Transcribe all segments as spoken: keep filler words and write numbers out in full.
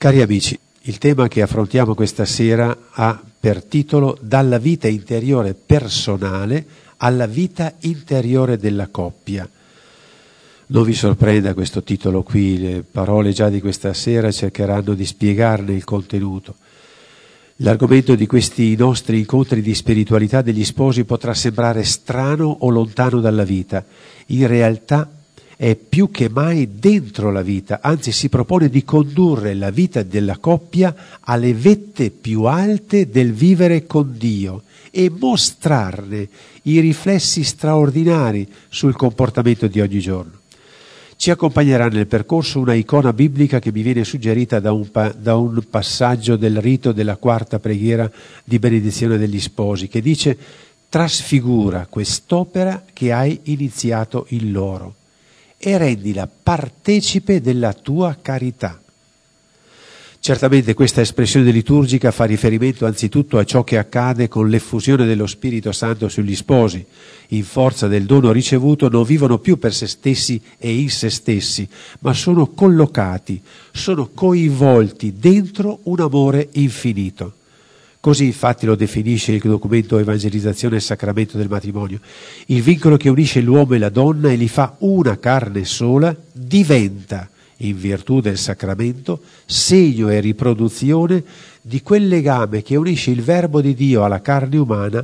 Cari amici, il tema che affrontiamo questa sera ha per titolo Dalla vita interiore personale alla vita interiore della coppia. Non vi sorprenda questo titolo qui, le parole già di questa sera cercheranno di spiegarne il contenuto. L'argomento di questi nostri incontri di spiritualità degli sposi potrà sembrare strano o lontano dalla vita. In realtà è più che mai dentro la vita, anzi si propone di condurre la vita della coppia alle vette più alte del vivere con Dio e mostrarne i riflessi straordinari sul comportamento di ogni giorno. Ci accompagnerà nel percorso una icona biblica che mi viene suggerita da un, pa- da un passaggio del rito della quarta preghiera di benedizione degli sposi, che dice: trasfigura quest'opera che hai iniziato in loro e rendila partecipe della tua carità. Certamente questa espressione liturgica fa riferimento anzitutto a ciò che accade con l'effusione dello Spirito Santo sugli sposi. In forza del dono ricevuto non vivono più per se stessi e in se stessi, ma sono collocati, sono coinvolti dentro un amore infinito. Così infatti lo definisce il documento Evangelizzazione e Sacramento del Matrimonio. Il vincolo che unisce l'uomo e la donna e li fa una carne sola diventa, in virtù del sacramento, segno e riproduzione di quel legame che unisce il Verbo di Dio alla carne umana,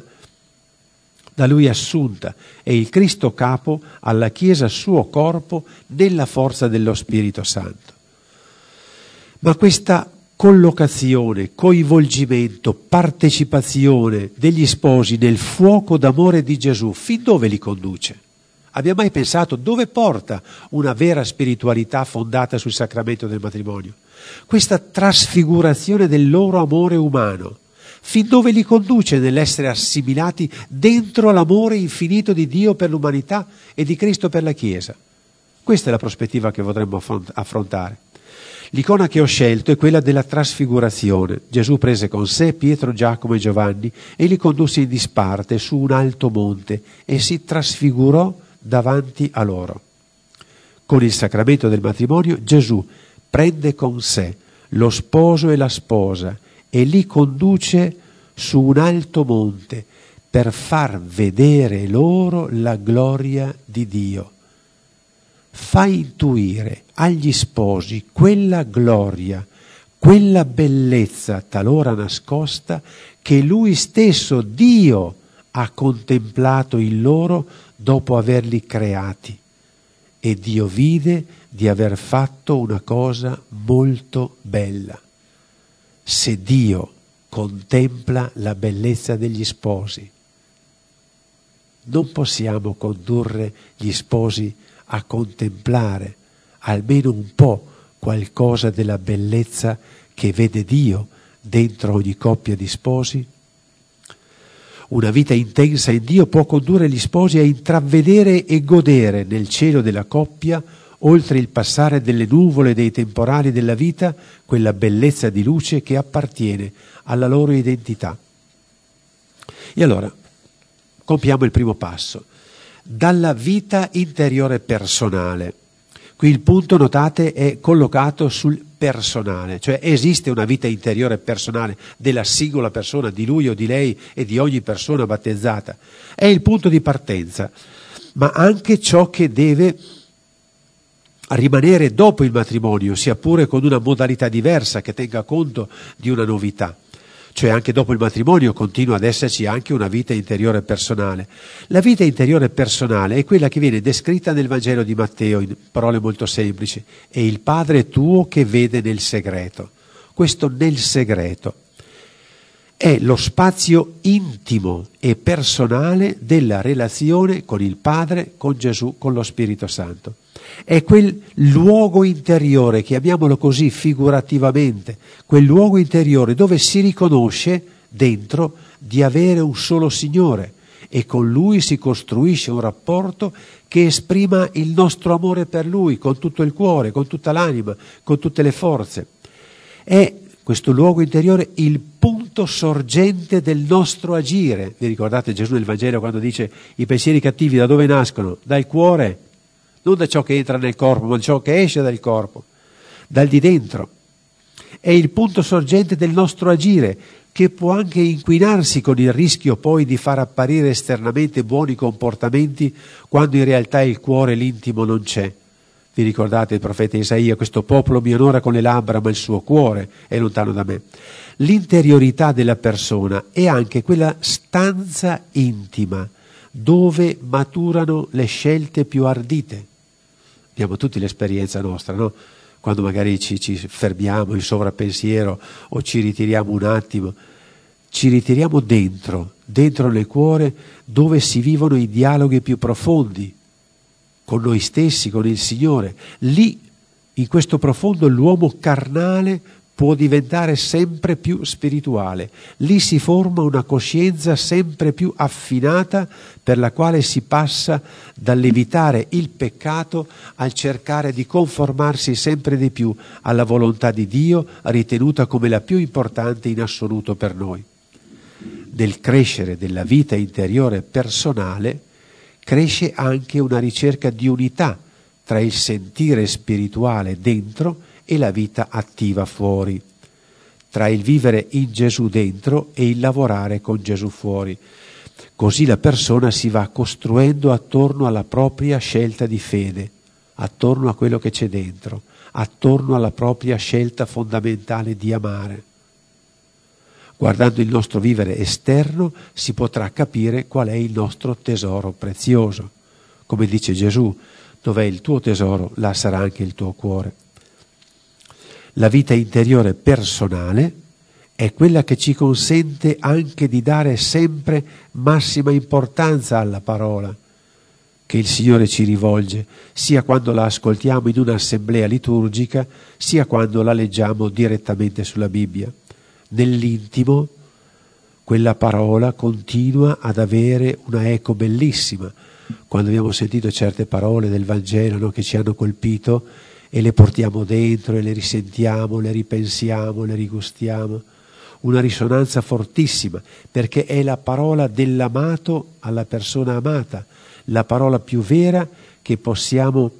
da Lui assunta, e il Cristo capo alla Chiesa suo corpo nella forza dello Spirito Santo. Ma questa collocazione, coinvolgimento, partecipazione degli sposi nel fuoco d'amore di Gesù, fin dove li conduce? Abbiamo mai pensato dove porta una vera spiritualità fondata sul sacramento del matrimonio? Questa trasfigurazione del loro amore umano, fin dove li conduce nell'essere assimilati dentro l'amore infinito di Dio per l'umanità e di Cristo per la Chiesa? Questa è la prospettiva che vorremmo affrontare. L'icona che ho scelto è quella della trasfigurazione. Gesù prese con sé Pietro, Giacomo e Giovanni e li condusse in disparte su un alto monte e si trasfigurò davanti a loro. Con il sacramento del matrimonio Gesù prende con sé lo sposo e la sposa e li conduce su un alto monte per far vedere loro la gloria di Dio. Fa intuire agli sposi quella gloria, quella bellezza talora nascosta che Lui stesso, Dio, ha contemplato in loro dopo averli creati. E Dio vide di aver fatto una cosa molto bella. Se Dio contempla la bellezza degli sposi, non possiamo condurre gli sposi a contemplare almeno un po' qualcosa della bellezza che vede Dio dentro ogni coppia di sposi? Una vita intensa in Dio può condurre gli sposi a intravedere e godere nel cielo della coppia, oltre il passare delle nuvole e dei temporali della vita, quella bellezza di luce che appartiene alla loro identità. E allora, compiamo il primo passo. Dalla vita interiore personale. Qui il punto, notate, è collocato sul personale, cioè esiste una vita interiore personale della singola persona, di lui o di lei e di ogni persona battezzata. È il punto di partenza, ma anche ciò che deve rimanere dopo il matrimonio, sia pure con una modalità diversa che tenga conto di una novità. Cioè anche dopo il matrimonio continua ad esserci anche una vita interiore personale. La vita interiore personale è quella che viene descritta nel Vangelo di Matteo in parole molto semplici: è il Padre tuo che vede nel segreto. Questo nel segreto è lo spazio intimo e personale della relazione con il Padre, con Gesù, con lo Spirito Santo. È quel luogo interiore, chiamiamolo così figurativamente, quel luogo interiore dove si riconosce dentro di avere un solo Signore e con Lui si costruisce un rapporto che esprima il nostro amore per Lui con tutto il cuore, con tutta l'anima, con tutte le forze. È questo luogo interiore il punto sorgente del nostro agire. Vi ricordate Gesù nel Vangelo quando dice: i pensieri cattivi da dove nascono? Dal cuore, non da ciò che entra nel corpo, ma da ciò che esce dal corpo, dal di dentro. è il punto sorgente del nostro agire, che può anche inquinarsi con il rischio poi di far apparire esternamente buoni comportamenti quando in realtà il cuore, l'intimo non c'è. Vi ricordate il profeta Isaia: questo popolo mi onora con le labbra, ma il suo cuore è lontano da me. L'interiorità della persona è anche quella stanza intima dove maturano le scelte più ardite. Abbiamo tutti l'esperienza nostra, no? Quando magari ci, ci fermiamo in sovrappensiero o ci ritiriamo un attimo, ci ritiriamo dentro, dentro nel cuore, dove si vivono i dialoghi più profondi con noi stessi, con il Signore. Lì, in questo profondo, l'uomo carnale può diventare sempre più spirituale. Lì si forma una coscienza sempre più affinata, per la quale si passa dall'evitare il peccato al cercare di conformarsi sempre di più alla volontà di Dio, ritenuta come la più importante in assoluto per noi. Nel crescere della vita interiore personale cresce anche una ricerca di unità tra il sentire spirituale dentro e la vita attiva fuori, tra il vivere in Gesù dentro e il lavorare con Gesù fuori. Così la persona si va costruendo attorno alla propria scelta di fede, attorno a quello che c'è dentro, attorno alla propria scelta fondamentale di amare. Guardando il nostro vivere esterno si potrà capire qual è il nostro tesoro prezioso. Come dice Gesù: dov'è il tuo tesoro, là sarà anche il tuo cuore. La vita interiore personale è quella che ci consente anche di dare sempre massima importanza alla parola che il Signore ci rivolge, sia quando la ascoltiamo in un'assemblea liturgica, sia quando la leggiamo direttamente sulla Bibbia. Nell'intimo quella parola continua ad avere una eco bellissima. Quando abbiamo sentito certe parole del Vangelo, no, che ci hanno colpito, e le portiamo dentro e le risentiamo, le ripensiamo, le rigustiamo, una risonanza fortissima, perché è la parola dell'amato alla persona amata, la parola più vera che possiamo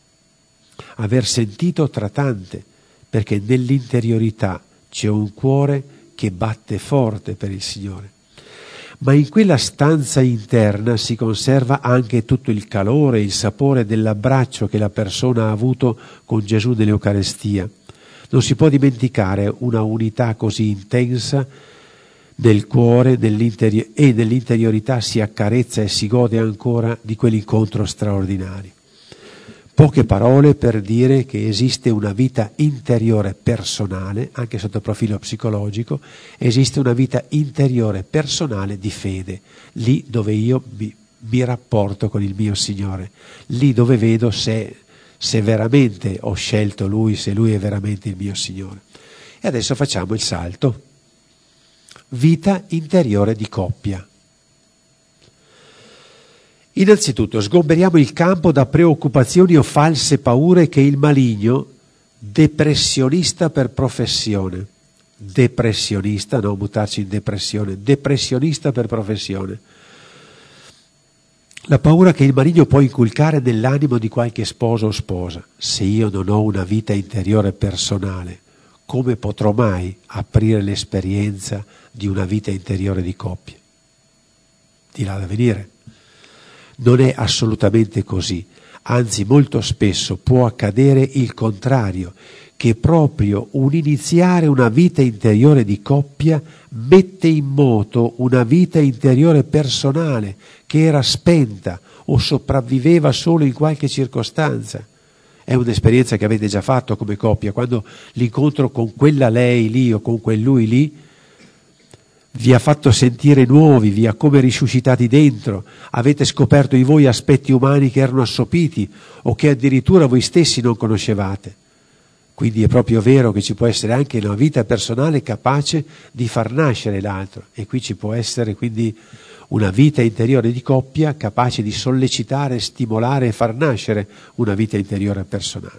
aver sentito tra tante, perché nell'interiorità c'è un cuore che batte forte per il Signore. Ma in quella stanza interna si conserva anche tutto il calore, il sapore dell'abbraccio che la persona ha avuto con Gesù nell'Eucarestia. Non si può dimenticare una unità così intensa nel cuore nell'interi- e nell'interiorità si accarezza e si gode ancora di quell'incontro straordinario. Poche parole per dire che esiste una vita interiore personale, anche sotto il profilo psicologico, esiste una vita interiore personale di fede, lì dove io mi, mi rapporto con il mio Signore, lì dove vedo se, se veramente ho scelto Lui, se Lui è veramente il mio Signore. E adesso facciamo il salto. Vita interiore di coppia. Innanzitutto sgomberiamo il campo da preoccupazioni o false paure che il maligno, depressionista per professione, depressionista, non buttarci in depressione, depressionista per professione, la paura che il maligno può inculcare nell'animo di qualche sposo o sposa. Se io non ho una vita interiore personale, come potrò mai aprire l'esperienza di una vita interiore di coppia? Di là da venire. Non è assolutamente così, anzi molto spesso può accadere il contrario, che proprio un iniziare una vita interiore di coppia mette in moto una vita interiore personale che era spenta o sopravviveva solo in qualche circostanza. È un'esperienza che avete già fatto come coppia, quando l'incontro con quella lei lì o con quel lui lì vi ha fatto sentire nuovi, vi ha come risuscitati dentro, avete scoperto in voi aspetti umani che erano assopiti o che addirittura voi stessi non conoscevate. Quindi è proprio vero che ci può essere anche una vita personale capace di far nascere l'altro, e qui ci può essere quindi una vita interiore di coppia capace di sollecitare, stimolare e far nascere una vita interiore personale.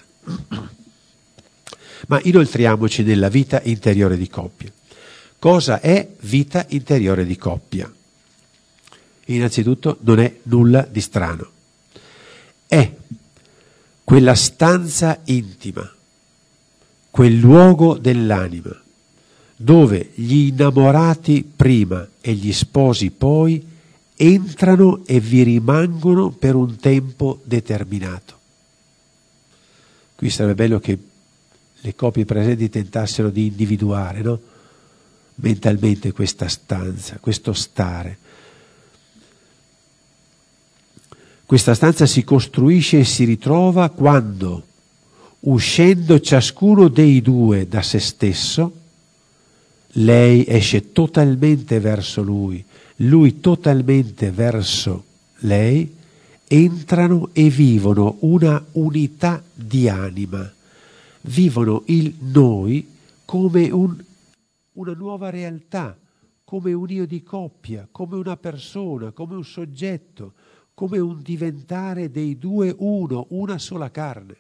Ma inoltriamoci nella vita interiore di coppia. Cosa è vita interiore di coppia? Innanzitutto non è nulla di strano. È quella stanza intima, quel luogo dell'anima, dove gli innamorati prima e gli sposi poi entrano e vi rimangono per un tempo determinato. Qui sarebbe bello che le coppie presenti tentassero di individuare, no? mentalmente questa stanza, questo stare. Questa stanza si costruisce e si ritrova quando, uscendo ciascuno dei due da se stesso, lei esce totalmente verso lui, lui totalmente verso lei, entrano e vivono una unità di anima, vivono il noi come un, una nuova realtà, come un io di coppia, come una persona, come un soggetto, come un diventare dei due uno, una sola carne.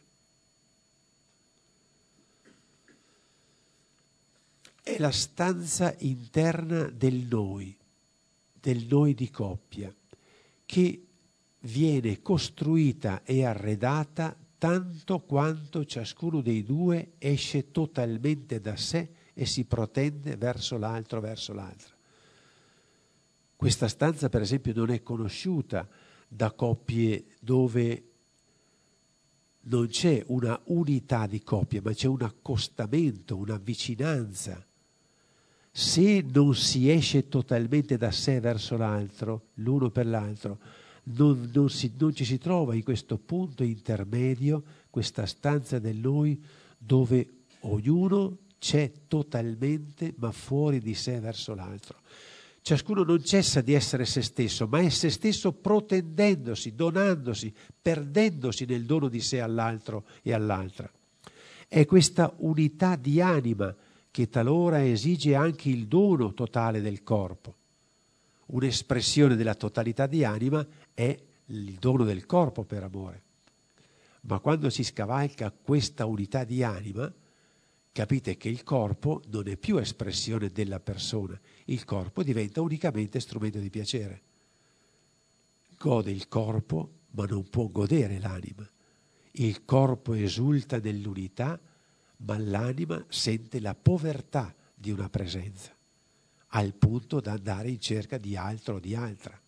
È la stanza interna del noi, del noi di coppia, che viene costruita e arredata tanto quanto ciascuno dei due esce totalmente da sé e si protende verso l'altro, verso l'altra. Questa stanza, per esempio, non è conosciuta da coppie dove non c'è una unità di coppia, ma c'è un accostamento, una vicinanza. Se non si esce totalmente da sé verso l'altro, l'uno per l'altro, non, non, si, non ci si trova in questo punto intermedio, questa stanza del noi, dove ognuno c'è totalmente, ma fuori di sé verso l'altro. Ciascuno non cessa di essere se stesso, ma è se stesso protendendosi, donandosi, perdendosi nel dono di sé all'altro e all'altra. È questa unità di anima che talora esige anche il dono totale del corpo. Un'espressione della totalità di anima è il dono del corpo per amore. Ma quando si scavalca questa unità di anima, capite che il corpo non è più espressione della persona, il corpo diventa unicamente strumento di piacere. Gode il corpo, ma non può godere l'anima. Il corpo esulta nell'unità, ma l'anima sente la povertà di una presenza, al punto da andare in cerca di altro o di altra.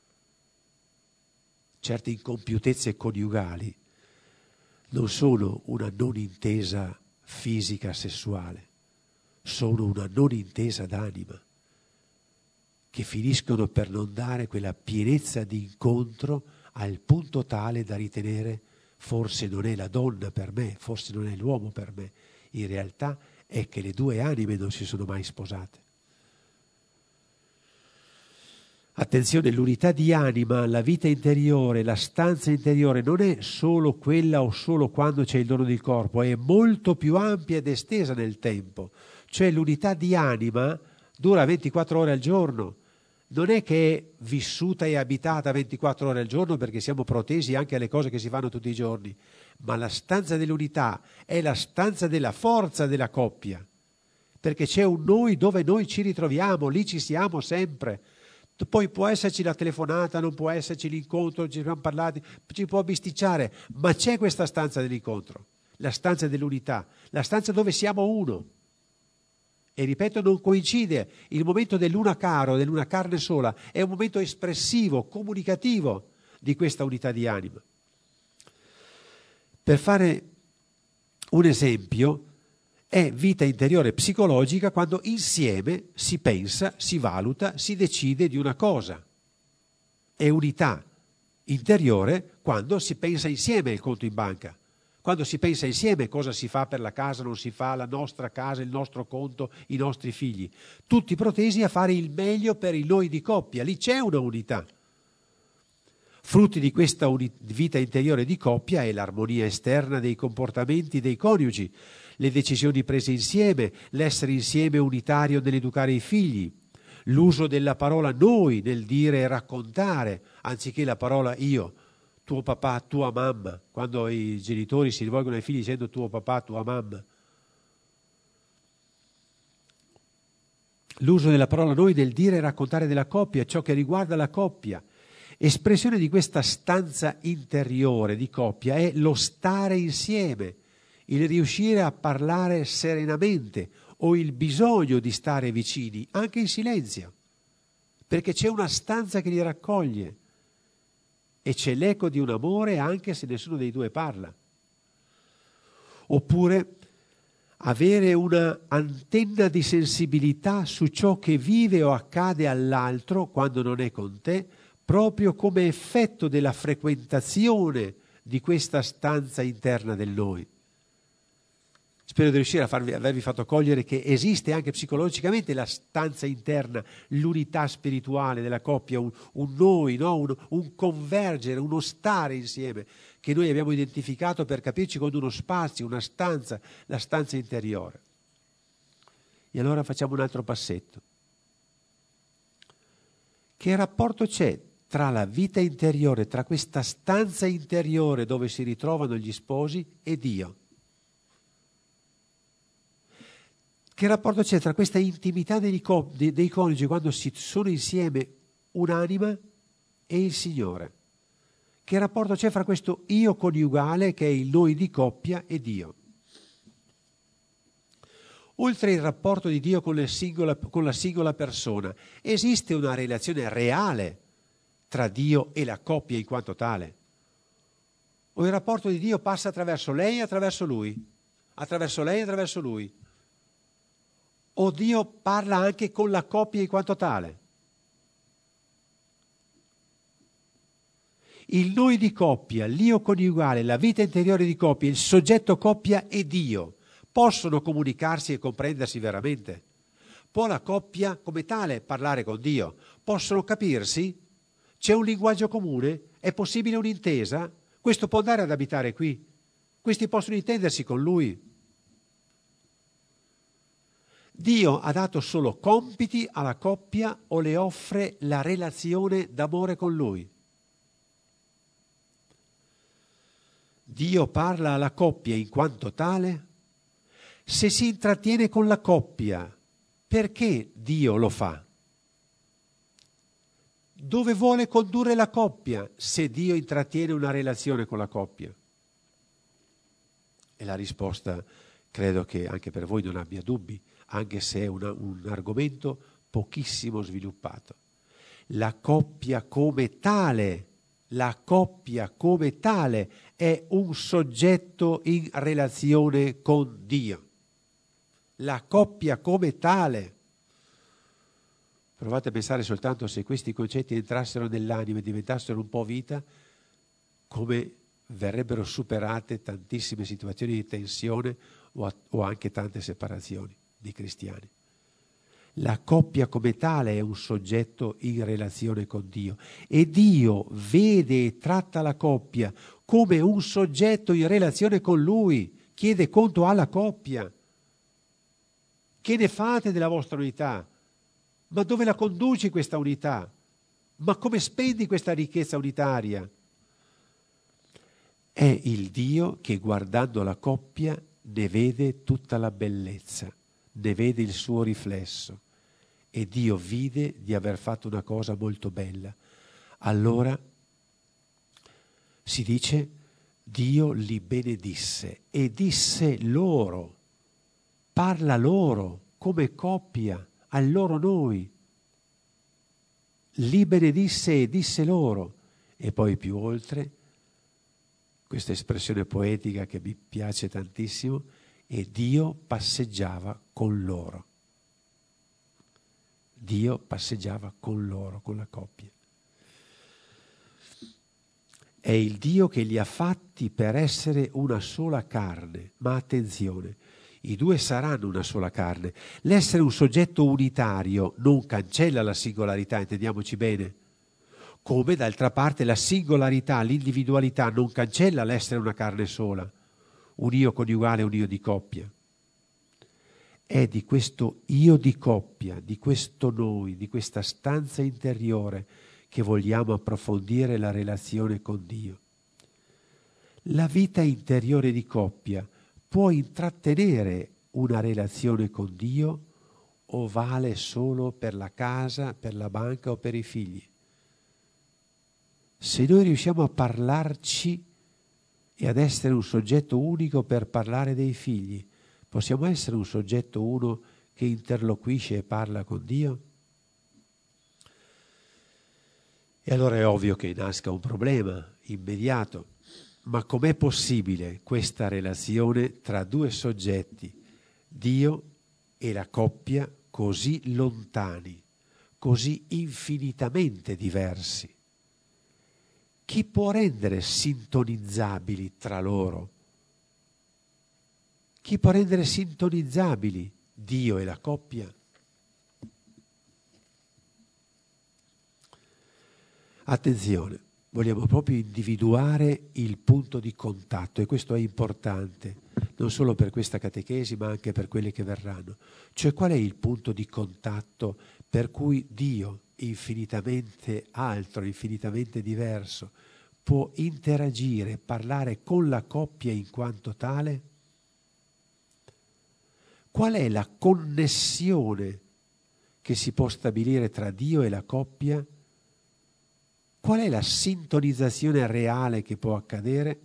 Certe incompiutezze coniugali non sono una non intesa fisica sessuale, sono una non intesa d'anima, che finiscono per non dare quella pienezza di incontro al punto tale da ritenere forse non è la donna per me, forse non è l'uomo per me. In realtà è che le due anime non si sono mai sposate. Attenzione, l'unità di anima, la vita interiore, la stanza interiore non è solo quella o solo quando c'è il dono del corpo, è molto più ampia ed estesa nel tempo. Cioè l'unità di anima dura ventiquattro ore al giorno. Non è che è vissuta e abitata ventiquattro ore al giorno perché siamo protesi anche alle cose che si fanno tutti i giorni, ma la stanza dell'unità è la stanza della forza della coppia, perché c'è un noi dove noi ci ritroviamo, lì ci siamo sempre. Poi può esserci la telefonata, non può esserci l'incontro, ci siamo parlati, ci può bisticciare, ma c'è questa stanza dell'incontro, la stanza dell'unità, la stanza dove siamo uno. E ripeto, non coincide il momento dell'una caro, dell'una carne sola, è un momento espressivo, comunicativo di questa unità di anima. Per fare un esempio, è vita interiore psicologica quando insieme si pensa, si valuta, si decide di una cosa. È unità interiore quando si pensa insieme il conto in banca. Quando si pensa insieme cosa si fa per la casa, non si fa, la nostra casa, il nostro conto, i nostri figli. Tutti protesi a fare il meglio per il noi di coppia. Lì c'è una unità. Frutti di questa uni- vita interiore di coppia è l'armonia esterna dei comportamenti dei coniugi, le decisioni prese insieme, l'essere insieme unitario nell'educare i figli, l'uso della parola noi nel dire e raccontare, anziché la parola io. Tuo papà, tua mamma, quando i genitori si rivolgono ai figli dicendo tuo papà, tua mamma. L'uso della parola noi nel dire e raccontare della coppia, ciò che riguarda la coppia. Espressione di questa stanza interiore di coppia è lo stare insieme, il riuscire a parlare serenamente o il bisogno di stare vicini, anche in silenzio, perché c'è una stanza che li raccoglie e c'è l'eco di un amore anche se nessuno dei due parla. Oppure avere una antenna di sensibilità su ciò che vive o accade all'altro quando non è con te, proprio come effetto della frequentazione di questa stanza interna del noi. Spero di riuscire a farvi, avervi fatto cogliere che esiste anche psicologicamente la stanza interna, l'unità spirituale della coppia, un, un noi, no? un, un convergere, uno stare insieme, che noi abbiamo identificato per capirci con uno spazio, una stanza, la stanza interiore. E allora facciamo un altro passetto. Che rapporto c'è tra la vita interiore, tra questa stanza interiore dove si ritrovano gli sposi e Dio? Che rapporto c'è tra questa intimità dei, co- dei, dei coniugi quando si sono insieme un'anima e il Signore? Che rapporto c'è fra questo io coniugale, che è il noi di coppia, e Dio? Oltre il rapporto di Dio con, le singola, con la singola persona, esiste una relazione reale tra Dio e la coppia in quanto tale? O il rapporto di Dio passa attraverso lei e attraverso lui? Attraverso lei e attraverso lui? O Dio parla anche con la coppia in quanto tale? Il noi di coppia, l'io coniugale, la vita interiore di coppia, il soggetto coppia e Dio possono comunicarsi e comprendersi veramente? Può la coppia come tale parlare con Dio? Possono capirsi? C'è un linguaggio comune? È possibile un'intesa? Questo può andare ad abitare qui? Questi possono intendersi con Lui? Dio ha dato solo compiti alla coppia o le offre la relazione d'amore con Lui? Dio parla alla coppia in quanto tale? Se si intrattiene con la coppia, perché Dio lo fa? Dove vuole condurre la coppia se Dio intrattiene una relazione con la coppia? E la risposta credo che anche per voi non abbia dubbi, anche se è una, un argomento pochissimo sviluppato. La coppia come tale, la coppia come tale è un soggetto in relazione con Dio. La coppia come tale. Provate a pensare soltanto se questi concetti entrassero nell'anima e diventassero un po' vita, come verrebbero superate tantissime situazioni di tensione o, a, o anche tante separazioni di cristiani. La coppia come tale è un soggetto in relazione con Dio e Dio vede e tratta la coppia come un soggetto in relazione con Lui, chiede conto alla coppia. Che ne fate della vostra unità? Ma dove la conduci questa unità? Ma come spendi questa ricchezza unitaria? È il Dio che guardando la coppia ne vede tutta la bellezza, ne vede il suo riflesso e Dio vide di aver fatto una cosa molto bella. Allora si dice Dio li benedisse e disse loro, parla loro come coppia, al loro noi. Li benedisse e disse loro. E poi più oltre, questa espressione poetica che mi piace tantissimo, e Dio passeggiava con loro. Dio passeggiava con loro, con la coppia. È il Dio che li ha fatti per essere una sola carne, ma attenzione, i due saranno una sola carne. L'essere un soggetto unitario non cancella la singolarità, intendiamoci bene. Come d'altra parte la singolarità, l'individualità non cancella l'essere una carne sola, un io coniugale, un io di coppia. È di questo io di coppia, di questo noi, di questa stanza interiore che vogliamo approfondire la relazione con Dio. La vita interiore di coppia può intrattenere una relazione con Dio o vale solo per la casa, per la banca o per i figli? Se noi riusciamo a parlarci e ad essere un soggetto unico per parlare dei figli. Possiamo essere un soggetto uno che interloquisce e parla con Dio? E allora è ovvio che nasca un problema immediato. Ma com'è possibile questa relazione tra due soggetti, Dio e la coppia, così lontani, così infinitamente diversi? Chi può rendere sintonizzabili tra loro? Chi può rendere sintonizzabili Dio e la coppia? Attenzione, vogliamo proprio individuare il punto di contatto e questo è importante, non solo per questa catechesi ma anche per quelle che verranno. Cioè qual è il punto di contatto per cui Dio, infinitamente altro, infinitamente diverso, può interagire, parlare con la coppia in quanto tale? Qual è la connessione che si può stabilire tra Dio e la coppia? Qual è la sintonizzazione reale che può accadere?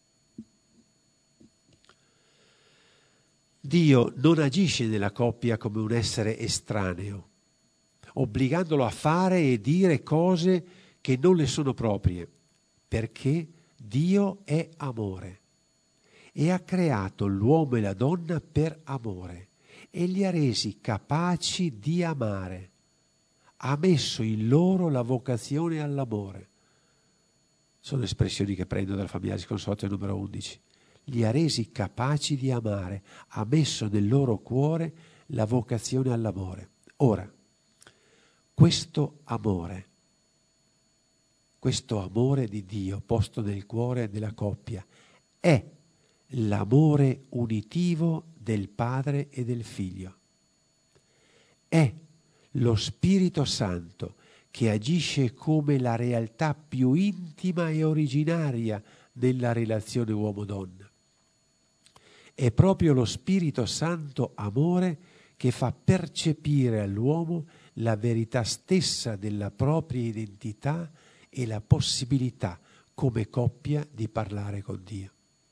Dio non agisce nella coppia come un essere estraneo, obbligandolo a fare e dire cose che non le sono proprie, perché Dio è amore e ha creato l'uomo e la donna per amore e li ha resi capaci di amare. Ha messo in loro la vocazione all'amore. Sono espressioni che prendo dal Familiaris Consortio numero undici. Li ha resi capaci di amare, ha messo nel loro cuore la vocazione all'amore. Ora, questo amore, questo amore di Dio posto nel cuore della coppia, è l'amore unitivo del Padre e del Figlio. È lo Spirito Santo che agisce come la realtà più intima e originaria della relazione uomo-donna. È proprio lo Spirito Santo amore che fa percepire all'uomo la verità stessa della propria identità e la possibilità come coppia di parlare con Dio.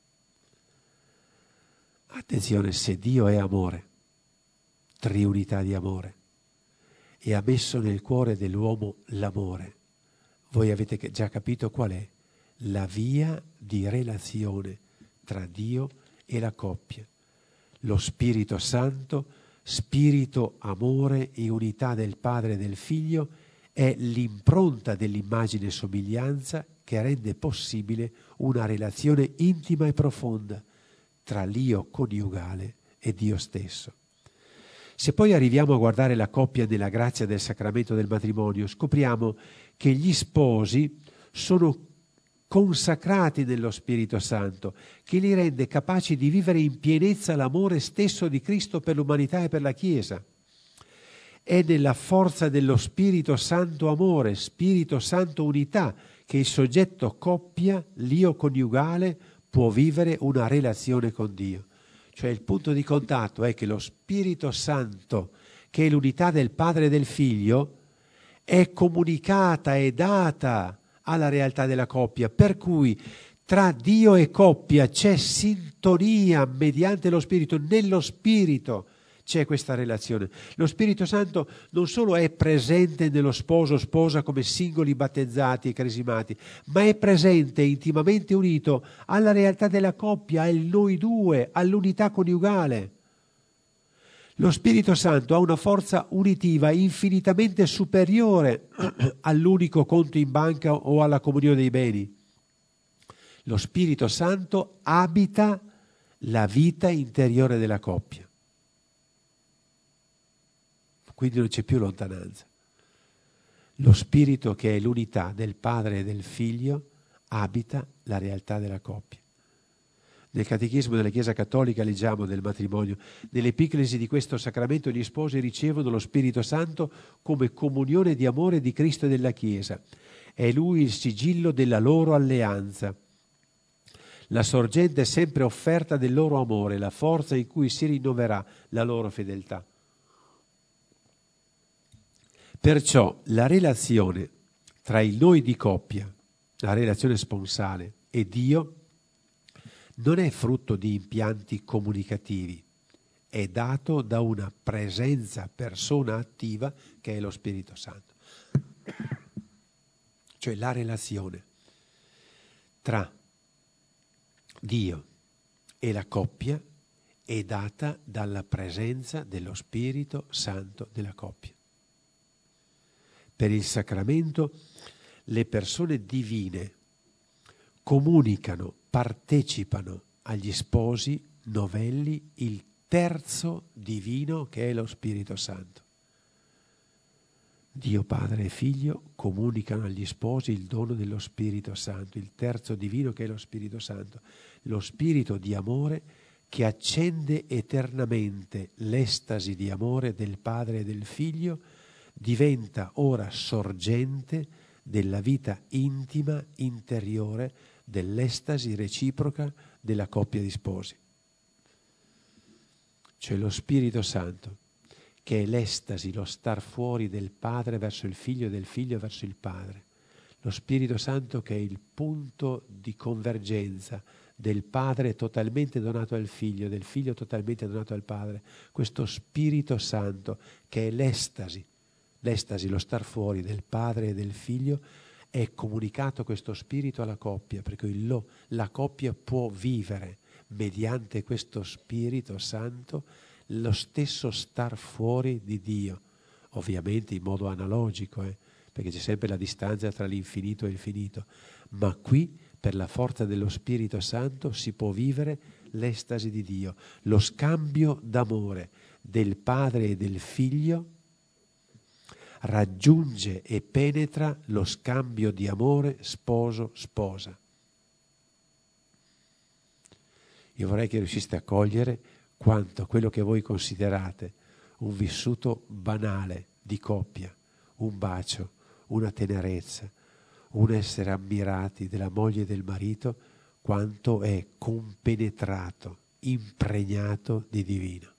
Attenzione, se Dio è amore, triunità di amore, e ha messo nel cuore dell'uomo l'amore, voi avete già capito qual è la via di relazione tra Dio e la coppia. Lo Spirito Santo, spirito, amore e unità del Padre e del Figlio, è l'impronta dell'immagine e somiglianza che rende possibile una relazione intima e profonda tra l'io coniugale e Dio stesso. Se poi arriviamo a guardare la coppia nella grazia del sacramento del matrimonio, scopriamo che gli sposi sono consacrati nello Spirito Santo, che li rende capaci di vivere in pienezza l'amore stesso di Cristo per l'umanità e per la Chiesa. È nella forza dello Spirito Santo amore, Spirito Santo unità, che il soggetto coppia, l'io coniugale, può vivere una relazione con Dio. Cioè il punto di contatto è che lo Spirito Santo, che è l'unità del Padre e del Figlio, è comunicata e data alla realtà della coppia, per cui tra Dio e coppia c'è sintonia mediante lo Spirito, nello Spirito c'è questa relazione. Lo Spirito Santo non solo è presente nello sposo o sposa come singoli battezzati e cresimati, ma è presente intimamente unito alla realtà della coppia, al noi due, all'unità coniugale. Lo Spirito Santo ha una forza unitiva infinitamente superiore all'unico conto in banca o alla comunione dei beni. Lo Spirito Santo abita la vita interiore della coppia. Quindi non c'è più lontananza. Lo Spirito, che è l'unità del Padre e del Figlio, abita la realtà della coppia. Nel Catechismo della Chiesa Cattolica leggiamo del matrimonio: nell'epiclesi di questo sacramento gli sposi ricevono lo Spirito Santo come comunione di amore di Cristo e della Chiesa. È Lui il sigillo della loro alleanza, la sorgente sempre offerta del loro amore, la forza in cui si rinnoverà la loro fedeltà. Perciò la relazione tra il noi di coppia, la relazione sponsale, e Dio non è frutto di impianti comunicativi, è dato da una presenza persona attiva che è lo Spirito Santo. Cioè la relazione tra Dio e la coppia è data dalla presenza dello Spirito Santo della coppia. Per il sacramento le persone divine comunicano, partecipano agli sposi novelli il terzo divino che è lo Spirito Santo. Dio Padre e Figlio comunicano agli sposi il dono dello Spirito Santo, il terzo divino che è lo Spirito Santo, lo spirito di amore che accende eternamente l'estasi di amore del Padre e del Figlio, diventa ora sorgente della vita intima, interiore, dell'estasi reciproca della coppia di sposi. Cioè lo Spirito Santo, che è l'estasi, lo star fuori del Padre verso il Figlio e del Figlio verso il Padre. Lo Spirito Santo che è il punto di convergenza del Padre totalmente donato al Figlio, del Figlio totalmente donato al Padre. Questo Spirito Santo che è l'estasi, l'estasi, lo star fuori del Padre e del Figlio, è comunicato questo Spirito alla coppia, perché il lo, la coppia può vivere mediante questo Spirito Santo lo stesso star fuori di Dio, ovviamente in modo analogico, eh, perché c'è sempre la distanza tra l'infinito e il finito, ma qui per la forza dello Spirito Santo si può vivere l'estasi di Dio, lo scambio d'amore del Padre e del Figlio raggiunge e penetra lo scambio di amore sposo-sposa. Io vorrei che riusciste a cogliere quanto quello che voi considerate un vissuto banale di coppia, un bacio, una tenerezza, un essere ammirati della moglie e del marito, quanto è compenetrato, impregnato di divino.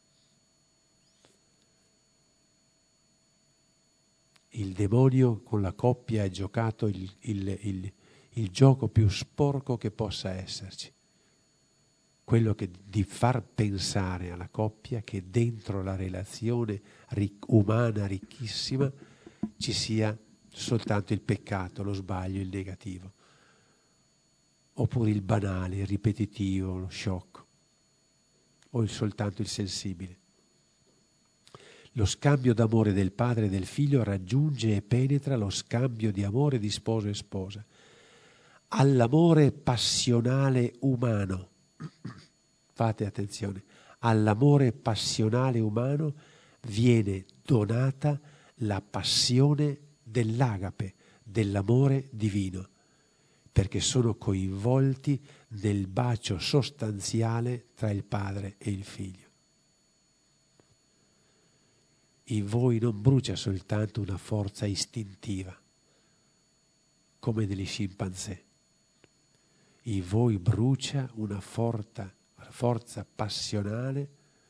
Il demonio con la coppia ha giocato il, il, il, il gioco più sporco che possa esserci. Quello che, di far pensare alla coppia che dentro la relazione ric- umana ricchissima ci sia soltanto il peccato, lo sbaglio, il negativo, oppure il banale, il ripetitivo, lo sciocco, o il, soltanto il sensibile. Lo scambio d'amore del padre e del figlio raggiunge e penetra lo scambio di amore di sposo e sposa. All'amore passionale umano, fate attenzione, all'amore passionale umano viene donata la passione dell'agape, dell'amore divino, perché sono coinvolti nel bacio sostanziale tra il padre e il figlio. In voi non brucia soltanto una forza istintiva, come negli scimpanzé. In voi brucia una forza, forza passionale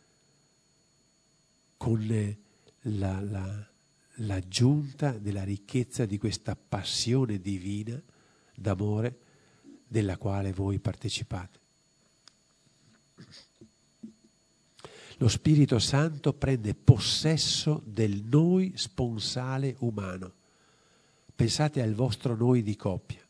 con le, la, la, l'aggiunta della ricchezza di questa passione divina d'amore della quale voi partecipate. Lo Spirito Santo prende possesso del noi sponsale umano. Pensate al vostro noi di coppia.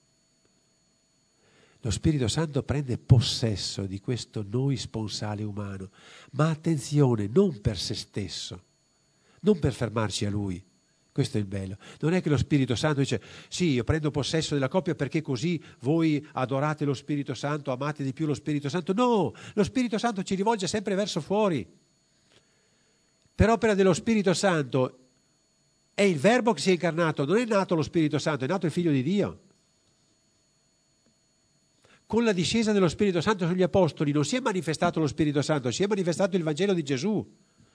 Lo Spirito Santo prende possesso di questo noi sponsale umano, ma attenzione, non per se stesso, non per fermarci a Lui. Questo è il bello. Non è che lo Spirito Santo dice sì, io prendo possesso della coppia perché così voi adorate lo Spirito Santo, amate di più lo Spirito Santo. No, lo Spirito Santo ci rivolge sempre verso fuori. Per opera dello Spirito Santo è il Verbo che si è incarnato, non è nato lo Spirito Santo, è nato il Figlio di Dio. Con la discesa dello Spirito Santo sugli Apostoli non si è manifestato lo Spirito Santo, si è manifestato il Vangelo di Gesù.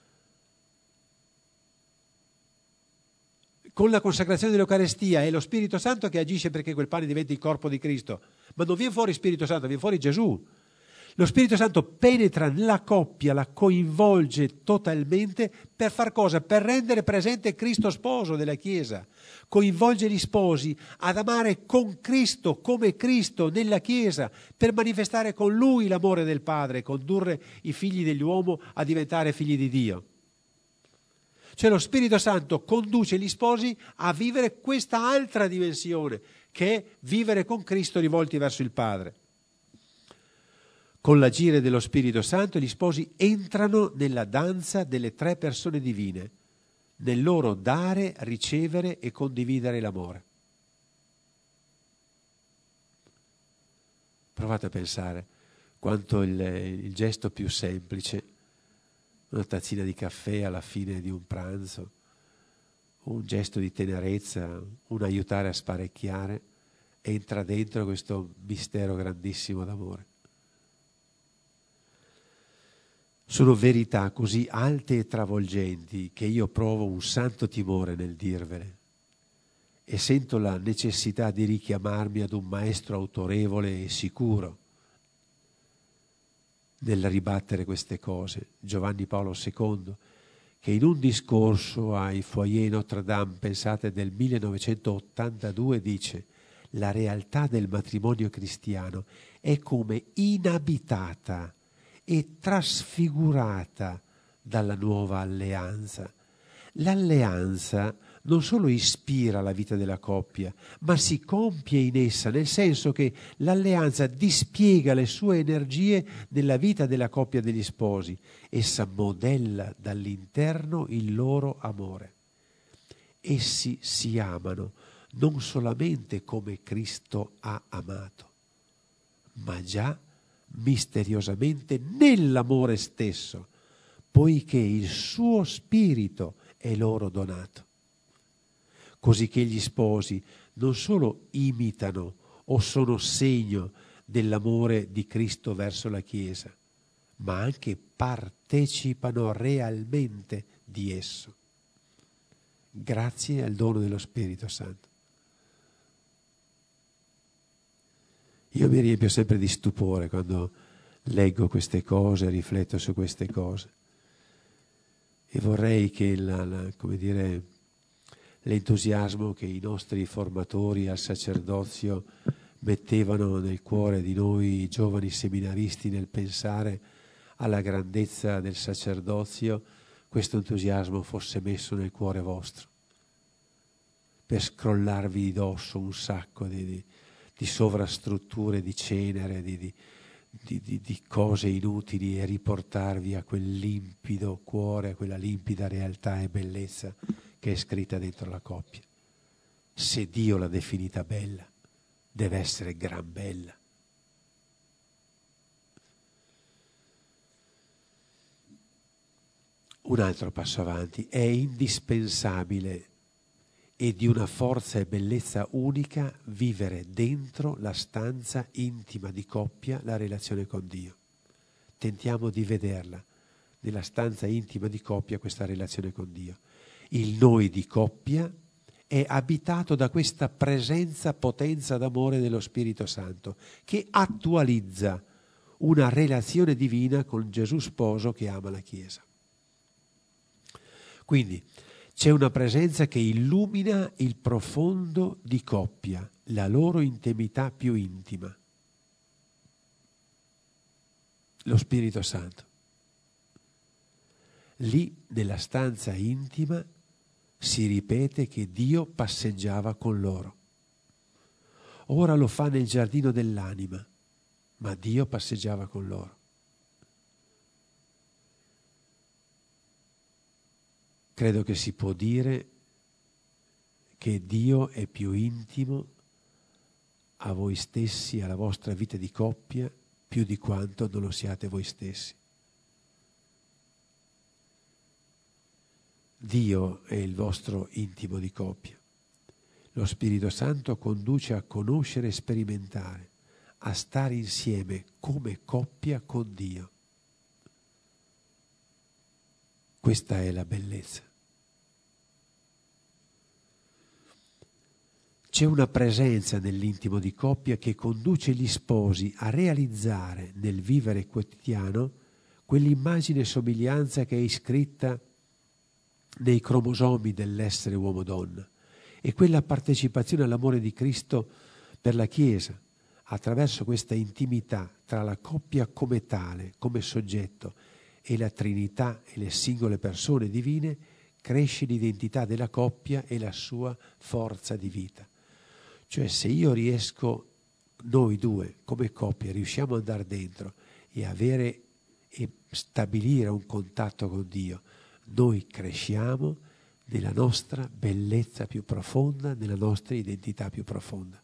Con la consacrazione dell'Eucarestia è lo Spirito Santo che agisce perché quel pane diventi il corpo di Cristo, ma non viene fuori Spirito Santo, viene fuori Gesù. Lo Spirito Santo penetra nella coppia, la coinvolge totalmente per far cosa? Per rendere presente Cristo sposo della Chiesa. Coinvolge gli sposi ad amare con Cristo, come Cristo nella Chiesa, per manifestare con Lui l'amore del Padre, condurre i figli dell'uomo a diventare figli di Dio. Cioè lo Spirito Santo conduce gli sposi a vivere questa altra dimensione, che è vivere con Cristo rivolti verso il Padre. Con l'agire dello Spirito Santo gli sposi entrano nella danza delle tre persone divine, nel loro dare, ricevere e condividere l'amore. Provate a pensare quanto il, il gesto più semplice, una tazzina di caffè alla fine di un pranzo, un gesto di tenerezza, un aiutare a sparecchiare, entra dentro questo mistero grandissimo d'amore. Sono verità così alte e travolgenti che io provo un santo timore nel dirvele e sento la necessità di richiamarmi ad un maestro autorevole e sicuro nel ribattere queste cose, Giovanni Paolo secondo, che in un discorso ai Foyer Notre Dame, pensate, del millenovecentottantadue, dice: la realtà del matrimonio cristiano è come inabitata e trasfigurata dalla nuova alleanza. L'alleanza non solo ispira la vita della coppia, ma si compie in essa, nel senso che l'alleanza dispiega le sue energie nella vita della coppia degli sposi. Essa modella dall'interno il loro amore. Essi si amano non solamente come Cristo ha amato, ma già misteriosamente nell'amore stesso, poiché il suo spirito è loro donato. Così che gli sposi non solo imitano o sono segno dell'amore di Cristo verso la Chiesa, ma anche partecipano realmente di esso, grazie al dono dello Spirito Santo. Io mi riempio sempre di stupore quando leggo queste cose, rifletto su queste cose e vorrei che la, la, come dire, l'entusiasmo che i nostri formatori al sacerdozio mettevano nel cuore di noi giovani seminaristi nel pensare alla grandezza del sacerdozio, questo entusiasmo fosse messo nel cuore vostro, per scrollarvi di dosso un sacco di, di, di sovrastrutture, di cenere, di, di, di, di, di cose inutili e riportarvi a quel limpido cuore, a quella limpida realtà e bellezza che è scritta dentro la coppia. Se Dio l'ha definita bella, deve essere gran bella. Un altro passo avanti: è indispensabile e di una forza e bellezza unica vivere dentro la stanza intima di coppia la relazione con Dio. Tentiamo di vederla nella stanza intima di coppia, questa relazione con Dio. Il noi di coppia è abitato da questa presenza, potenza d'amore dello Spirito Santo che attualizza una relazione divina con Gesù sposo che ama la Chiesa. Quindi c'è una presenza che illumina il profondo di coppia, la loro intimità più intima. Lo Spirito Santo. Lì, nella stanza intima, si ripete che Dio passeggiava con loro. Ora lo fa nel giardino dell'anima, ma Dio passeggiava con loro. Credo che si può dire che Dio è più intimo a voi stessi, alla vostra vita di coppia, più di quanto non lo siate voi stessi. Dio è il vostro intimo di coppia. Lo Spirito Santo conduce a conoscere e sperimentare, a stare insieme come coppia con Dio. Questa è la bellezza. C'è una presenza nell'intimo di coppia che conduce gli sposi a realizzare nel vivere quotidiano quell'immagine e somiglianza che è iscritta nei cromosomi dell'essere uomo-donna e quella partecipazione all'amore di Cristo per la Chiesa attraverso questa intimità tra la coppia come tale, come soggetto, e la Trinità e le singole persone divine, cresce l'identità della coppia e la sua forza di vita. Cioè, se io riesco, noi due come coppia riusciamo ad andare dentro e avere e stabilire un contatto con Dio, noi cresciamo nella nostra bellezza più profonda, nella nostra identità più profonda.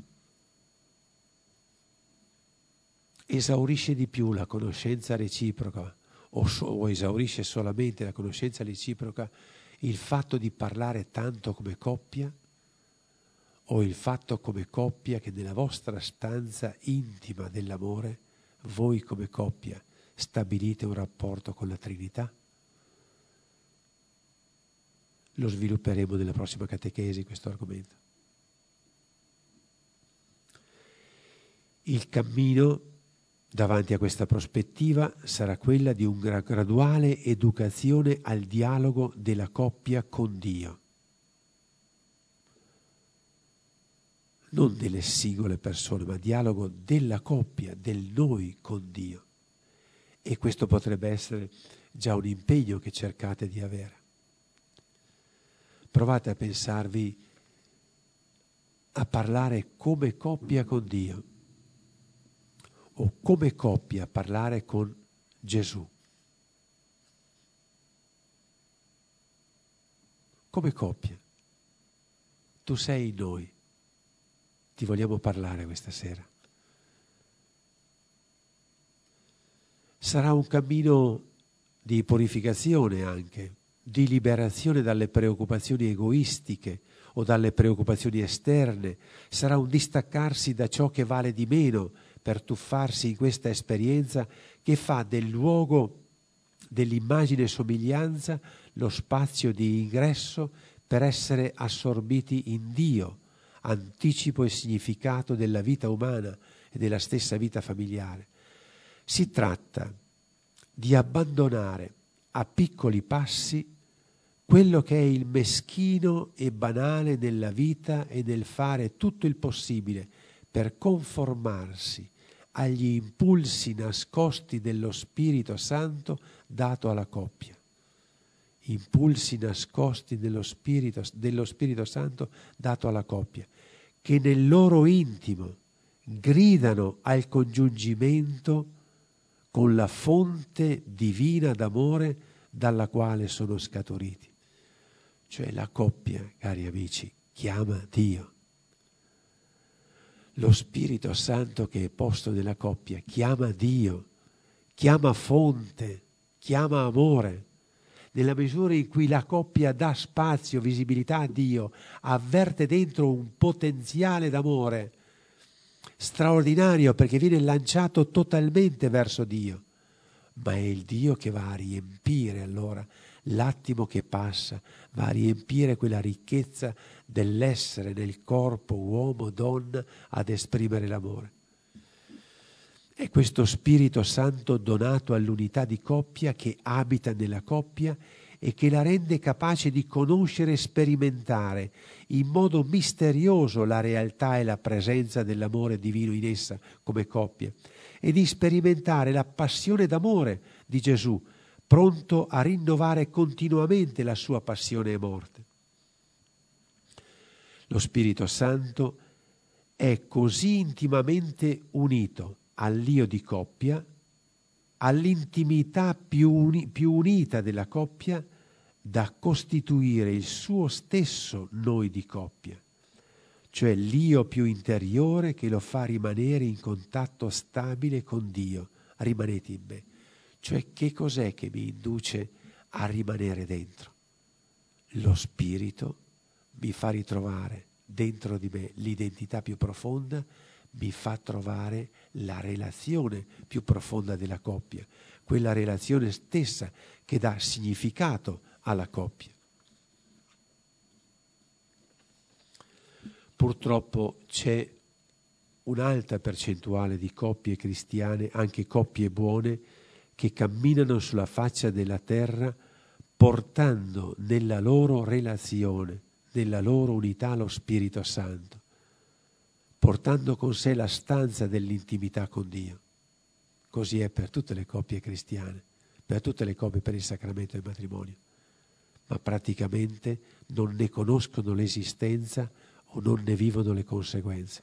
Esaurisce di più la conoscenza reciproca o, so, o esaurisce solamente la conoscenza reciproca il fatto di parlare tanto come coppia o il fatto come coppia che nella vostra stanza intima dell'amore voi come coppia stabilite un rapporto con la Trinità? Lo svilupperemo nella prossima catechesi questo argomento. Il cammino davanti a questa prospettiva sarà quella di una graduale educazione al dialogo della coppia con Dio, non delle singole persone, ma dialogo della coppia, del noi con Dio. E questo potrebbe essere già un impegno che cercate di avere. Provate a pensarvi a parlare come coppia con Dio o come coppia a parlare con Gesù. Come coppia. Tu sei in noi. Ti vogliamo parlare questa sera. Sarà un cammino di purificazione anche, di liberazione dalle preoccupazioni egoistiche o dalle preoccupazioni esterne. Sarà un distaccarsi da ciò che vale di meno per tuffarsi in questa esperienza che fa del luogo dell'immagine e somiglianza lo spazio di ingresso per essere assorbiti in Dio, anticipo e significato della vita umana e della stessa vita familiare. Si tratta di abbandonare a piccoli passi quello che è il meschino e banale nella vita e nel fare tutto il possibile per conformarsi agli impulsi nascosti dello Spirito Santo dato alla coppia. Impulsi nascosti dello Spirito, dello Spirito Santo dato alla coppia, che nel loro intimo gridano al congiungimento con la fonte divina d'amore dalla quale sono scaturiti. Cioè la coppia, cari amici, chiama Dio. Lo Spirito Santo che è posto nella coppia chiama Dio, chiama fonte, chiama amore. Nella misura in cui la coppia dà spazio, visibilità a Dio, avverte dentro un potenziale d'amore straordinario perché viene lanciato totalmente verso Dio. Ma è il Dio che va a riempire allora l'attimo che passa, va a riempire quella ricchezza dell'essere nel corpo uomo-donna ad esprimere l'amore. È questo Spirito Santo donato all'unità di coppia che abita nella coppia e che la rende capace di conoscere e sperimentare in modo misterioso la realtà e la presenza dell'amore divino in essa come coppia e di sperimentare la passione d'amore di Gesù, pronto a rinnovare continuamente la sua passione e morte. Lo Spirito Santo è così intimamente unito all'io di coppia, all'intimità più, uni, più unita della coppia, da costituire il suo stesso noi di coppia, cioè l'io più interiore che lo fa rimanere in contatto stabile con Dio. Rimanete in me. Cioè, che cos'è che mi induce a rimanere dentro? Lo Spirito mi fa ritrovare dentro di me l'identità più profonda, mi fa trovare la relazione più profonda della coppia, quella relazione stessa che dà significato alla coppia. Purtroppo c'è un'alta percentuale di coppie cristiane, anche coppie buone, che camminano sulla faccia della terra portando nella loro relazione, nella loro unità lo Spirito Santo, portando con sé la stanza dell'intimità con Dio. Così è per tutte le coppie cristiane, per tutte le coppie per il sacramento del matrimonio, ma praticamente non ne conoscono l'esistenza o non ne vivono le conseguenze.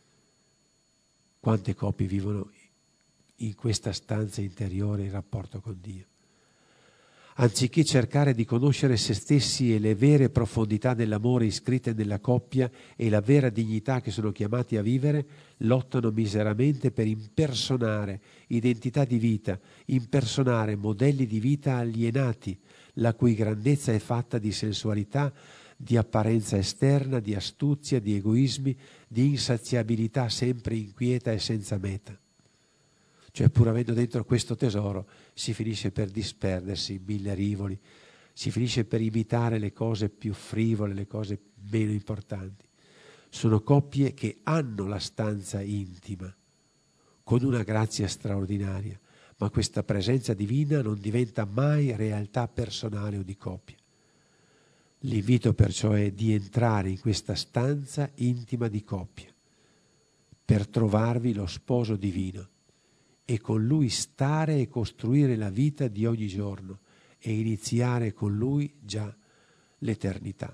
Quante coppie vivono in questa stanza interiore in rapporto con Dio? Anziché cercare di conoscere se stessi e le vere profondità dell'amore iscritte nella coppia e la vera dignità che sono chiamati a vivere, lottano miseramente per impersonare identità di vita, impersonare modelli di vita alienati, la cui grandezza è fatta di sensualità, di apparenza esterna, di astuzia, di egoismi, di insaziabilità sempre inquieta e senza meta. Cioè, pur avendo dentro questo tesoro, si finisce per disperdersi in mille rivoli, si finisce per imitare le cose più frivole, le cose meno importanti. Sono coppie che hanno la stanza intima, con una grazia straordinaria, ma questa presenza divina non diventa mai realtà personale o di coppia. L'invito perciò è di entrare in questa stanza intima di coppia, per trovarvi lo sposo divino, e con lui stare e costruire la vita di ogni giorno e iniziare con lui già l'eternità.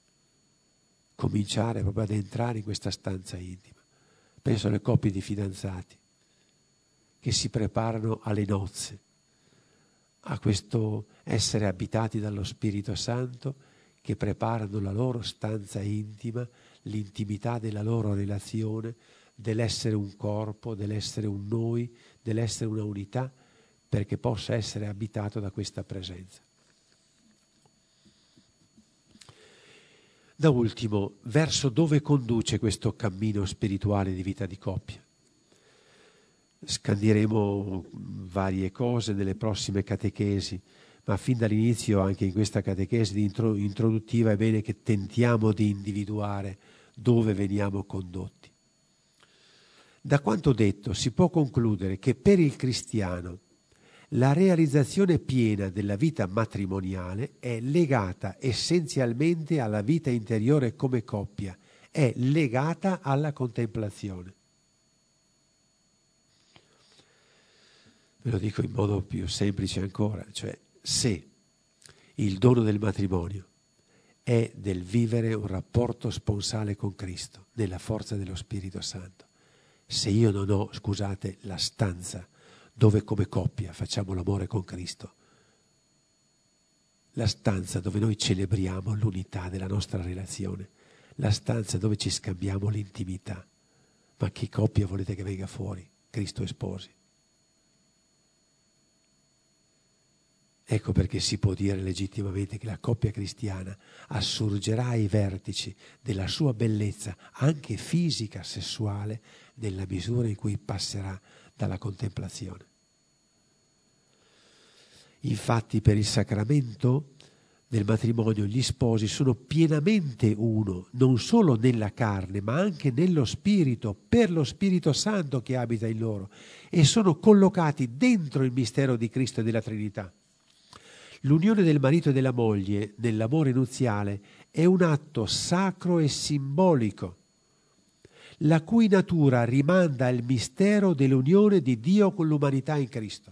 Cominciare proprio ad entrare in questa stanza intima. Penso alle coppie di fidanzati che si preparano alle nozze, a questo essere abitati dallo Spirito Santo, che preparano la loro stanza intima, l'intimità della loro relazione, dell'essere un corpo, dell'essere un noi, dell'essere una unità, perché possa essere abitato da questa presenza. Da ultimo, verso dove conduce questo cammino spirituale di vita di coppia? Scandiremo varie cose nelle prossime catechesi, ma fin dall'inizio, anche in questa catechesi introduttiva, è bene che tentiamo di individuare dove veniamo condotti. Da quanto detto si può concludere che per il cristiano la realizzazione piena della vita matrimoniale è legata essenzialmente alla vita interiore come coppia, è legata alla contemplazione. Ve lo dico in modo più semplice ancora, cioè se il dono del matrimonio è del vivere un rapporto sponsale con Cristo nella forza dello Spirito Santo, se io non ho, scusate, la stanza dove come coppia facciamo l'amore con Cristo, la stanza dove noi celebriamo l'unità della nostra relazione, la stanza dove ci scambiamo l'intimità, ma che coppia volete che venga fuori? Cristo e sposi. Ecco perché si può dire legittimamente che la coppia cristiana assurgerà ai vertici della sua bellezza, anche fisica, sessuale, nella misura in cui passerà dalla contemplazione. Infatti, per il sacramento del matrimonio gli sposi sono pienamente uno, non solo nella carne, ma anche nello spirito, per lo Spirito Santo che abita in loro, e sono collocati dentro il mistero di Cristo e della Trinità. L'unione del marito e della moglie nell'amore nuziale è un atto sacro e simbolico, la cui natura rimanda al mistero dell'unione di Dio con l'umanità in Cristo.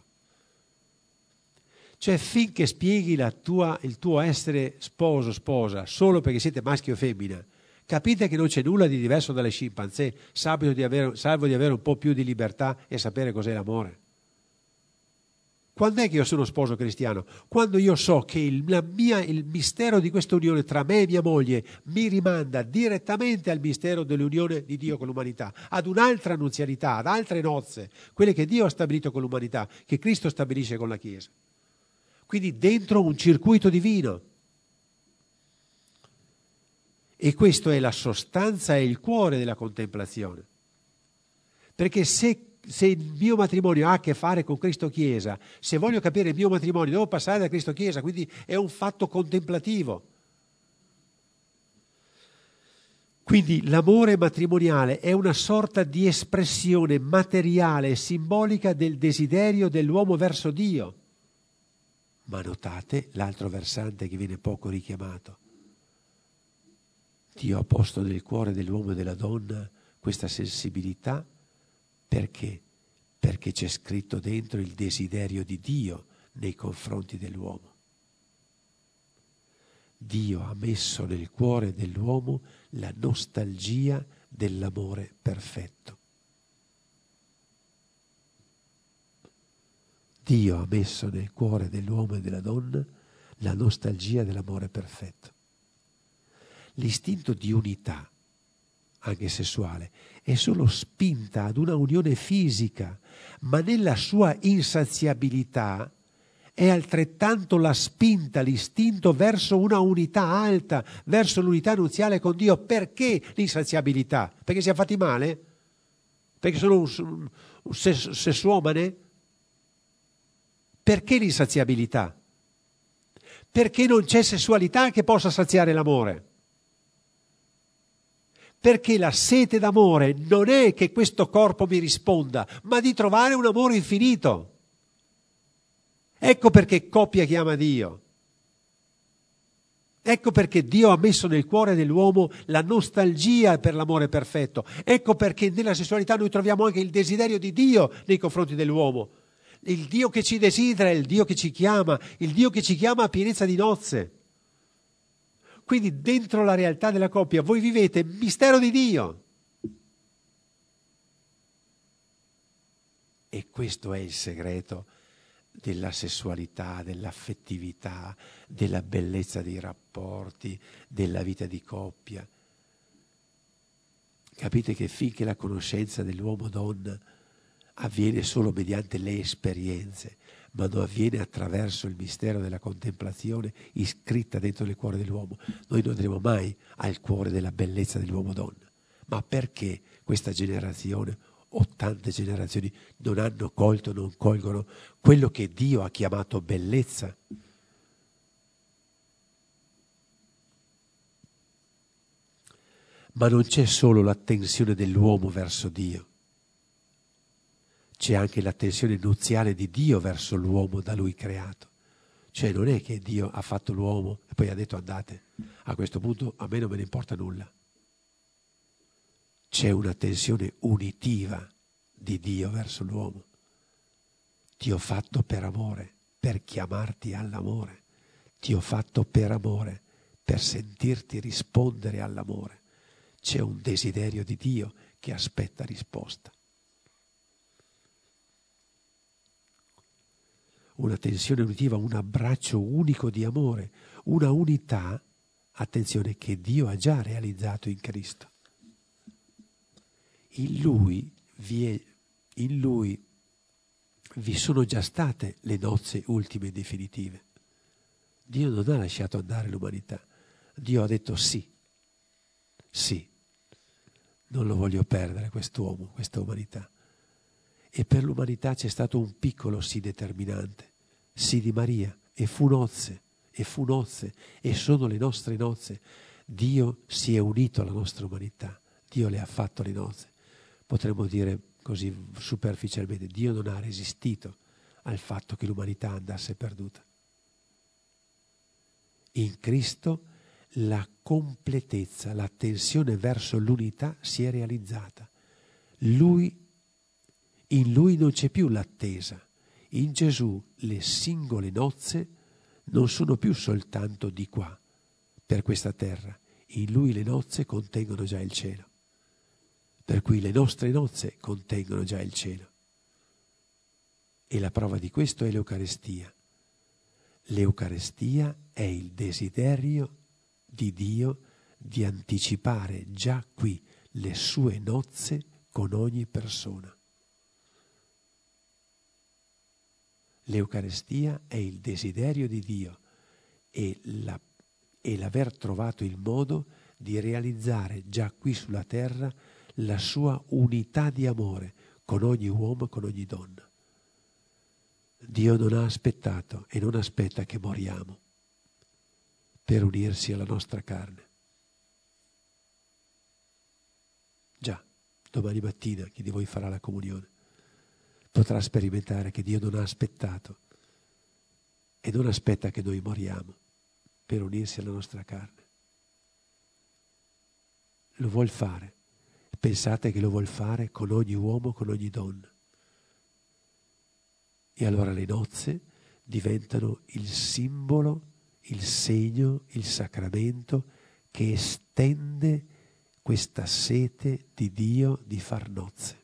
Cioè, finché spieghi la tua, il tuo essere sposo, sposa, solo perché siete maschio o femmina, capite che non c'è nulla di diverso dalle scimpanzé, salvo di avere, salvo di avere un po' più di libertà e sapere cos'è l'amore. Quando è che io sono sposo cristiano? Quando io so che il, la mia, il mistero di questa unione tra me e mia moglie mi rimanda direttamente al mistero dell'unione di Dio con l'umanità, ad un'altra nuzialità, ad altre nozze, quelle che Dio ha stabilito con l'umanità, che Cristo stabilisce con la Chiesa. Quindi dentro un circuito divino. E questo è la sostanza e il cuore della contemplazione. Perché se Se il mio matrimonio ha a che fare con Cristo Chiesa, se voglio capire il mio matrimonio devo passare da Cristo Chiesa, quindi è un fatto contemplativo. Quindi l'amore matrimoniale è una sorta di espressione materiale e simbolica del desiderio dell'uomo verso Dio. Ma notate l'altro versante che viene poco richiamato. Dio ha posto nel cuore dell'uomo e della donna questa sensibilità perché? Perché c'è scritto dentro il desiderio di Dio nei confronti dell'uomo. Dio ha messo nel cuore dell'uomo la nostalgia dell'amore perfetto. Dio ha messo nel cuore dell'uomo e della donna la nostalgia dell'amore perfetto. L'istinto di unità, anche sessuale, è solo spinta ad una unione fisica, ma nella sua insaziabilità è altrettanto la spinta, l'istinto verso una unità alta, verso l'unità nuziale con Dio. Perché l'insaziabilità? Perché siamo fatti male? Perché sono un, un sess- sessuomane? Perché l'insaziabilità? Perché non c'è sessualità che possa saziare l'amore. Perché la sete d'amore non è che questo corpo mi risponda, ma di trovare un amore infinito. Ecco perché coppia chiama Dio. Ecco perché Dio ha messo nel cuore dell'uomo la nostalgia per l'amore perfetto. Ecco perché nella sessualità noi troviamo anche il desiderio di Dio nei confronti dell'uomo. Il Dio che ci desidera, il Dio che ci chiama, il Dio che ci chiama a pienezza di nozze. Quindi dentro la realtà della coppia voi vivete il mistero di Dio. E questo è il segreto della sessualità, dell'affettività, della bellezza dei rapporti, della vita di coppia. Capite che finché la conoscenza dell'uomo-donna avviene solo mediante le esperienze, ma non avviene attraverso il mistero della contemplazione iscritta dentro il cuore dell'uomo, noi non andremo mai al cuore della bellezza dell'uomo-donna. Ma perché questa generazione o tante generazioni non hanno colto, non colgono quello che Dio ha chiamato bellezza? Ma non c'è solo l'attenzione dell'uomo verso Dio, c'è anche l'attenzione nuziale di Dio verso l'uomo da Lui creato. Cioè non è che Dio ha fatto l'uomo e poi ha detto andate, a questo punto a me non me ne importa nulla. C'è un'attenzione unitiva di Dio verso l'uomo. Ti ho fatto per amore, per chiamarti all'amore. Ti ho fatto per amore, per sentirti rispondere all'amore. C'è un desiderio di Dio che aspetta risposta. Una tensione unitiva, un abbraccio unico di amore, una unità, attenzione, che Dio ha già realizzato in Cristo. In Lui vi, è, in Lui vi sono già state le nozze ultime e definitive. Dio non ha lasciato andare l'umanità. Dio ha detto sì, sì, non lo voglio perdere quest'uomo, questa umanità. E per l'umanità c'è stato un piccolo sì determinante, sì di Maria, e fu nozze, e fu nozze, e sono le nostre nozze. Dio si è unito alla nostra umanità, Dio le ha fatto le nozze. Potremmo dire così superficialmente, Dio non ha resistito al fatto che l'umanità andasse perduta. In Cristo la completezza, l'attenzione verso l'unità si è realizzata. Lui In Lui non c'è più l'attesa. In Gesù le singole nozze non sono più soltanto di qua, per questa terra. In Lui le nozze contengono già il cielo. Per cui le nostre nozze contengono già il cielo. E la prova di questo è l'Eucaristia. L'Eucaristia è il desiderio di Dio di anticipare già qui le sue nozze con ogni persona. L'Eucaristia è il desiderio di Dio e, la, e l'aver trovato il modo di realizzare già qui sulla terra la sua unità di amore con ogni uomo, con ogni donna. Dio non ha aspettato e non aspetta che moriamo per unirsi alla nostra carne. domani mattina chi di voi farà la comunione potrà sperimentare che Dio non ha aspettato e non aspetta che noi moriamo per unirsi alla nostra carne. Lo vuol fare. Pensate che lo vuol fare con ogni uomo, con ogni donna. E allora le nozze diventano il simbolo, il segno, il sacramento che estende questa sete di Dio di far nozze.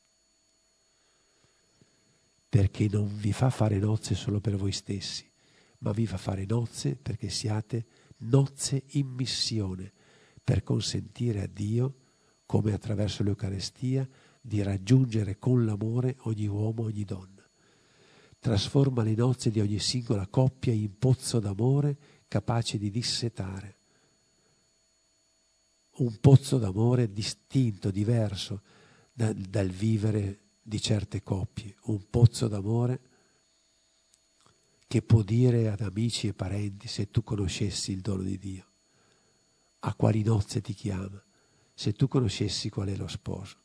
Perché non vi fa fare nozze solo per voi stessi, ma vi fa fare nozze perché siate nozze in missione, per consentire a Dio, come attraverso l'Eucarestia, di raggiungere con l'amore ogni uomo, ogni donna. Trasforma le nozze di ogni singola coppia in pozzo d'amore capace di dissetare. Un pozzo d'amore distinto, diverso da, dal vivere di certe coppie. Un pozzo d'amore che può dire ad amici e parenti: se tu conoscessi il dono di Dio, a quali nozze ti chiama, se tu conoscessi qual è lo sposo.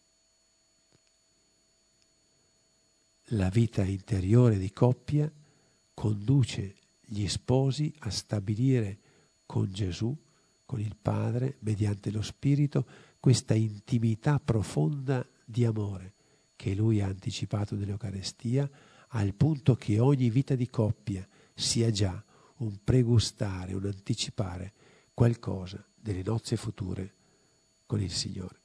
La vita interiore di coppia conduce gli sposi a stabilire con Gesù, con il Padre, mediante lo Spirito, questa intimità profonda di amore che Lui ha anticipato nell'Eucarestia, al punto che ogni vita di coppia sia già un pregustare, un anticipare qualcosa delle nozze future con il Signore.